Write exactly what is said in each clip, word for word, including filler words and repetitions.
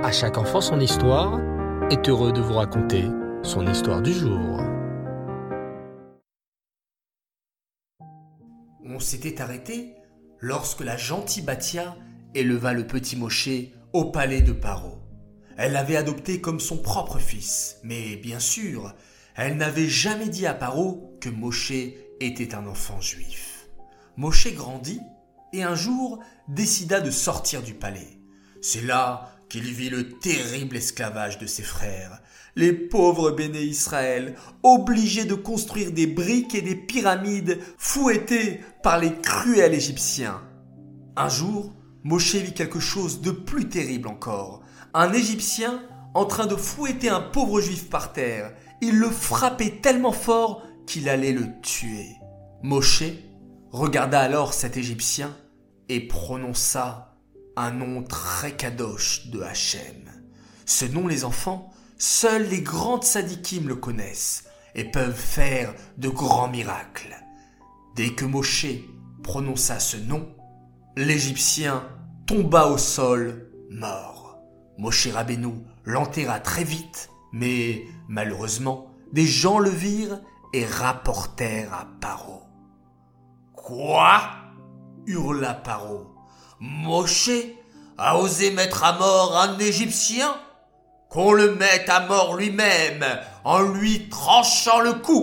À chaque enfant son histoire est heureux de vous raconter son histoire du jour. On s'était arrêté lorsque la gentille Batia éleva le petit Mosché au palais de Paro. Elle l'avait adopté comme son propre fils, mais bien sûr, elle n'avait jamais dit à Paro que Mosché était un enfant juif. Mosché grandit et un jour décida de sortir du palais. C'est là qu'il vit le terrible esclavage de ses frères, les pauvres béné Israël, obligés de construire des briques et des pyramides fouettés par les cruels Égyptiens. Un jour, Mosché vit quelque chose de plus terrible encore. Un Égyptien en train de fouetter un pauvre juif par terre. Il le frappait tellement fort qu'il allait le tuer. Mosché regarda alors cet Égyptien et prononça un nom très kadosh de Hachem. Ce nom, les enfants, seuls les grandes sadikim le connaissent et peuvent faire de grands miracles. Dès que Mosché prononça ce nom, l'Égyptien tomba au sol, mort. Mosché Rabbeinu l'enterra très vite, mais malheureusement, des gens le virent et rapportèrent à Paro. « Quoi ?» hurla Paro. « Mosché a osé mettre à mort un Égyptien ? Qu'on le mette à mort lui-même en lui tranchant le cou !»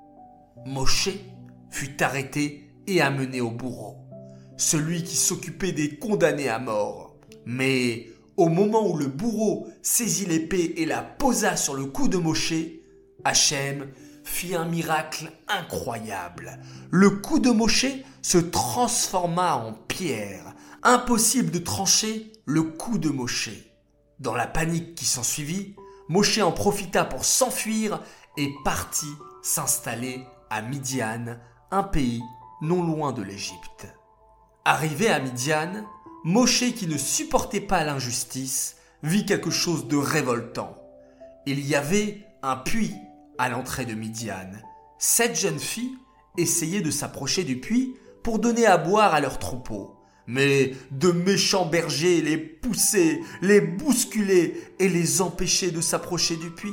Mosché fut arrêté et amené au bourreau, celui qui s'occupait des condamnés à mort. Mais au moment où le bourreau saisit l'épée et la posa sur le cou de Mosché, Hachem fit un miracle incroyable. Le cou de Mosché se transforma en pierre. Impossible de trancher le cou de Mosché. Dans la panique qui s'ensuivit, Mosché en profita pour s'enfuir et partit s'installer à Midian, un pays non loin de l'Égypte. Arrivé à Midian, Mosché, qui ne supportait pas l'injustice, vit quelque chose de révoltant. Il y avait un puits à l'entrée de Midian. Sept jeunes filles essayaient de s'approcher du puits pour donner à boire à leurs troupeaux. Mais de méchants bergers les poussaient, les bousculaient et les empêchaient de s'approcher du puits.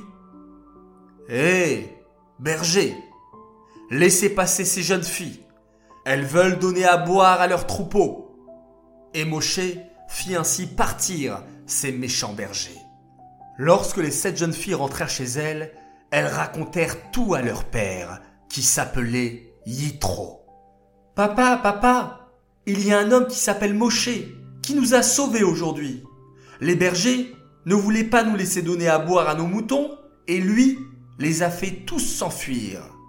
« Hé, bergers, laissez passer ces jeunes filles. Elles veulent donner à boire à leurs troupeaux. » Et Mosché fit ainsi partir ces méchants bergers. Lorsque les sept jeunes filles rentrèrent chez elles, elles racontèrent tout à leur père, qui s'appelait Yitro. « Papa, papa, il y a un homme qui s'appelle Mosché, qui nous a sauvés aujourd'hui. Les bergers ne voulaient pas nous laisser donner à boire à nos moutons, et lui les a fait tous s'enfuir. » «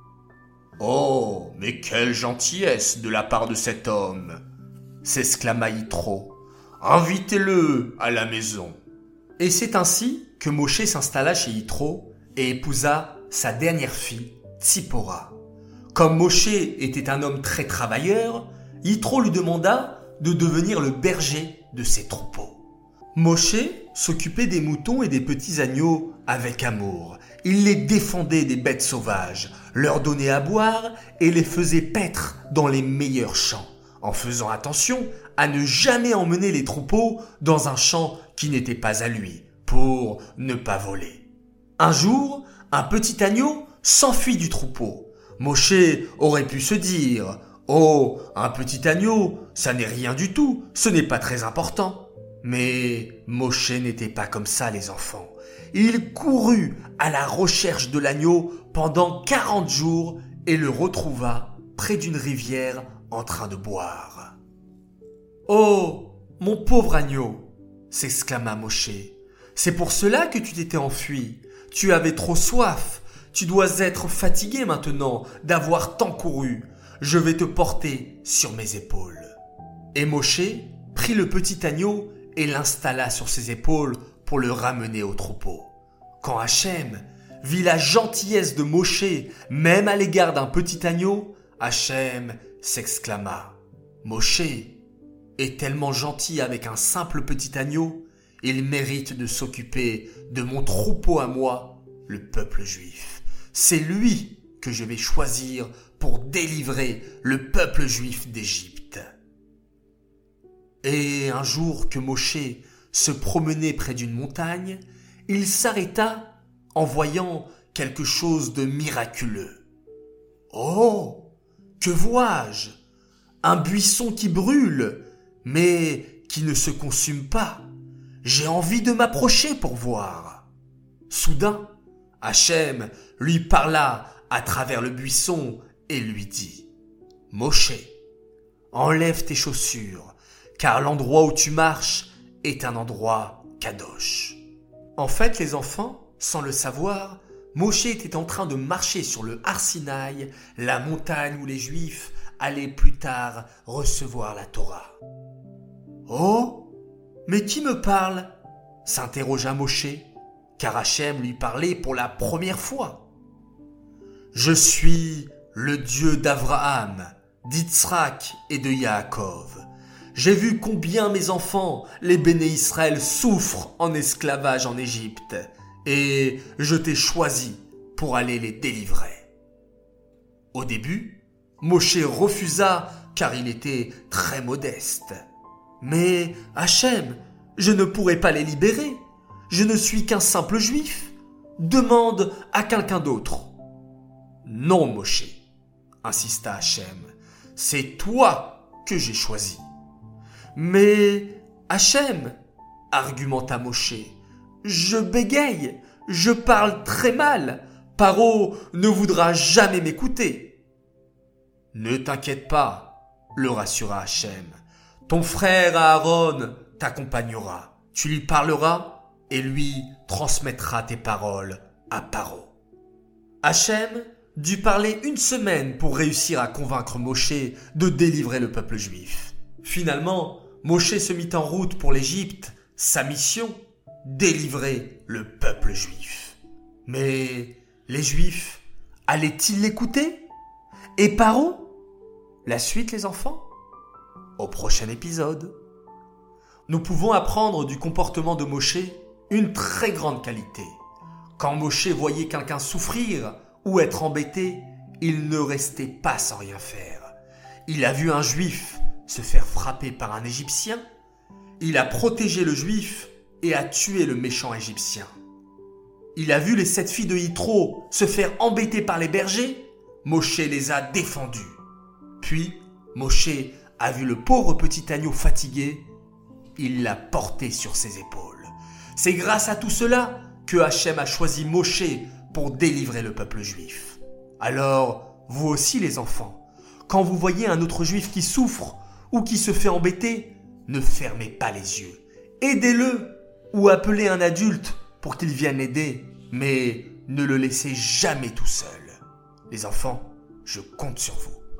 Oh, mais quelle gentillesse de la part de cet homme !» s'exclama Yitro. « Invitez-le à la maison. » Et c'est ainsi que Mosché s'installa chez Yitro et épousa sa dernière fille, Tzipora. Comme Mosché était un homme très travailleur, Yitro lui demanda de devenir le berger de ses troupeaux. Mosché s'occupait des moutons et des petits agneaux avec amour. Il les défendait des bêtes sauvages, leur donnait à boire et les faisait paître dans les meilleurs champs, en faisant attention à ne jamais emmener les troupeaux dans un champ qui n'était pas à lui, pour ne pas voler. Un jour, un petit agneau s'enfuit du troupeau. Mosché aurait pu se dire « Oh, un petit agneau, ça n'est rien du tout, ce n'est pas très important. » Mais Mosché n'était pas comme ça, les enfants. Il courut à la recherche de l'agneau pendant quarante jours et le retrouva près d'une rivière en train de boire. « Oh, mon pauvre agneau !» s'exclama Mosché. « C'est pour cela que tu t'étais enfui. Tu avais trop soif. Tu dois être fatigué maintenant d'avoir tant couru. Je vais te porter sur mes épaules. » Et Mosché prit le petit agneau et l'installa sur ses épaules pour le ramener au troupeau. Quand Hachem vit la gentillesse de Mosché, même à l'égard d'un petit agneau, Hachem s'exclama « Mosché est tellement gentil avec un simple petit agneau, il mérite de s'occuper de mon troupeau à moi, le peuple juif. C'est lui que je vais choisir pour délivrer le peuple juif d'Égypte. » Et un jour que Mosché se promenait près d'une montagne, il s'arrêta en voyant quelque chose de miraculeux. « Oh, que vois-je ? Un buisson qui brûle, mais qui ne se consume pas. J'ai envie de m'approcher pour voir. » Soudain, Hachem lui parla à travers le buisson et lui dit « Moshe, enlève tes chaussures, car l'endroit où tu marches est un endroit kadosh. » En fait, les enfants, sans le savoir, Moshe était en train de marcher sur le Har Sinaï, la montagne où les Juifs allaient plus tard recevoir la Torah. « Oh, mais qui me parle ?» s'interrogea Moshe, car Hachem lui parlait pour la première fois. « Je suis le Dieu d'Abraham, d'Yitzhak et de Yaakov. J'ai vu combien mes enfants, les béné Israël, souffrent en esclavage en Égypte, et je t'ai choisi pour aller les délivrer. » Au début, Moshe refusa car il était très modeste. « Mais Hachem, je ne pourrai pas les libérer. Je ne suis qu'un simple juif. Demande à quelqu'un d'autre. » « Non, Moshe, insista Hachem, c'est toi que j'ai choisi. »« Mais Hachem, argumenta Moshe, je bégaye, je parle très mal. Paro ne voudra jamais m'écouter. »« Ne t'inquiète pas, le rassura Hachem. Ton frère Aaron t'accompagnera. Tu lui parleras et lui transmettra tes paroles à Paro. » Hachem dut parler une semaine pour réussir à convaincre Moshe de délivrer le peuple juif. Finalement, Moshe se mit en route pour l'Égypte. Sa mission, délivrer le peuple juif. Mais les Juifs allaient-ils l'écouter? Et Paro? La suite, les enfants? Au prochain épisode. Nous pouvons apprendre du comportement de Moshe une très grande qualité. Quand Moshe voyait quelqu'un souffrir ou être embêté, il ne restait pas sans rien faire. Il a vu un Juif se faire frapper par un Égyptien. Il a protégé le Juif et a tué le méchant Égyptien. Il a vu les sept filles de Yitro se faire embêter par les bergers. Moshe les a défendues. Puis, Moshe a vu le pauvre petit agneau fatigué. Il l'a porté sur ses épaules. C'est grâce à tout cela que Hachem a choisi Moshe pour délivrer le peuple juif. Alors, vous aussi les enfants, quand vous voyez un autre juif qui souffre ou qui se fait embêter, ne fermez pas les yeux. Aidez-le ou appelez un adulte pour qu'il vienne l'aider, mais ne le laissez jamais tout seul. Les enfants, je compte sur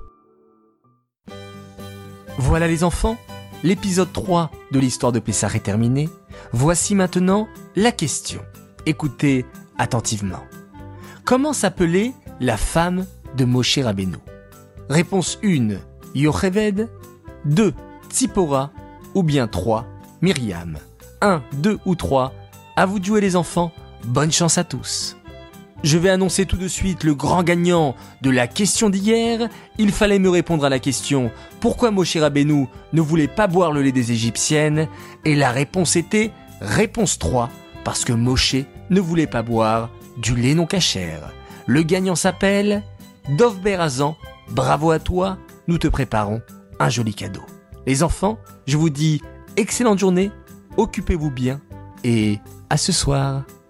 vous. Voilà les enfants, l'épisode trois de l'histoire de Pessah est terminé. Voici maintenant la question. Écoutez attentivement. Comment s'appelait la femme de Moshe Rabbeinu? Réponse un, Yocheved. deux, Tzipora. Ou bien trois, Myriam. un, deux ou trois. À vous de jouer les enfants. Bonne chance à tous. Je vais annoncer tout de suite le grand gagnant de la question d'hier. Il fallait me répondre à la question « Pourquoi Moshe Rabbeinu ne voulait pas boire le lait des Égyptiennes ?» Et la réponse était réponse trois, parce que Moshe ne voulait pas boire du lait non cachère. Le gagnant s'appelle Dov Berazan. Bravo à toi, nous te préparons un joli cadeau. Les enfants, je vous dis excellente journée, occupez-vous bien et à ce soir.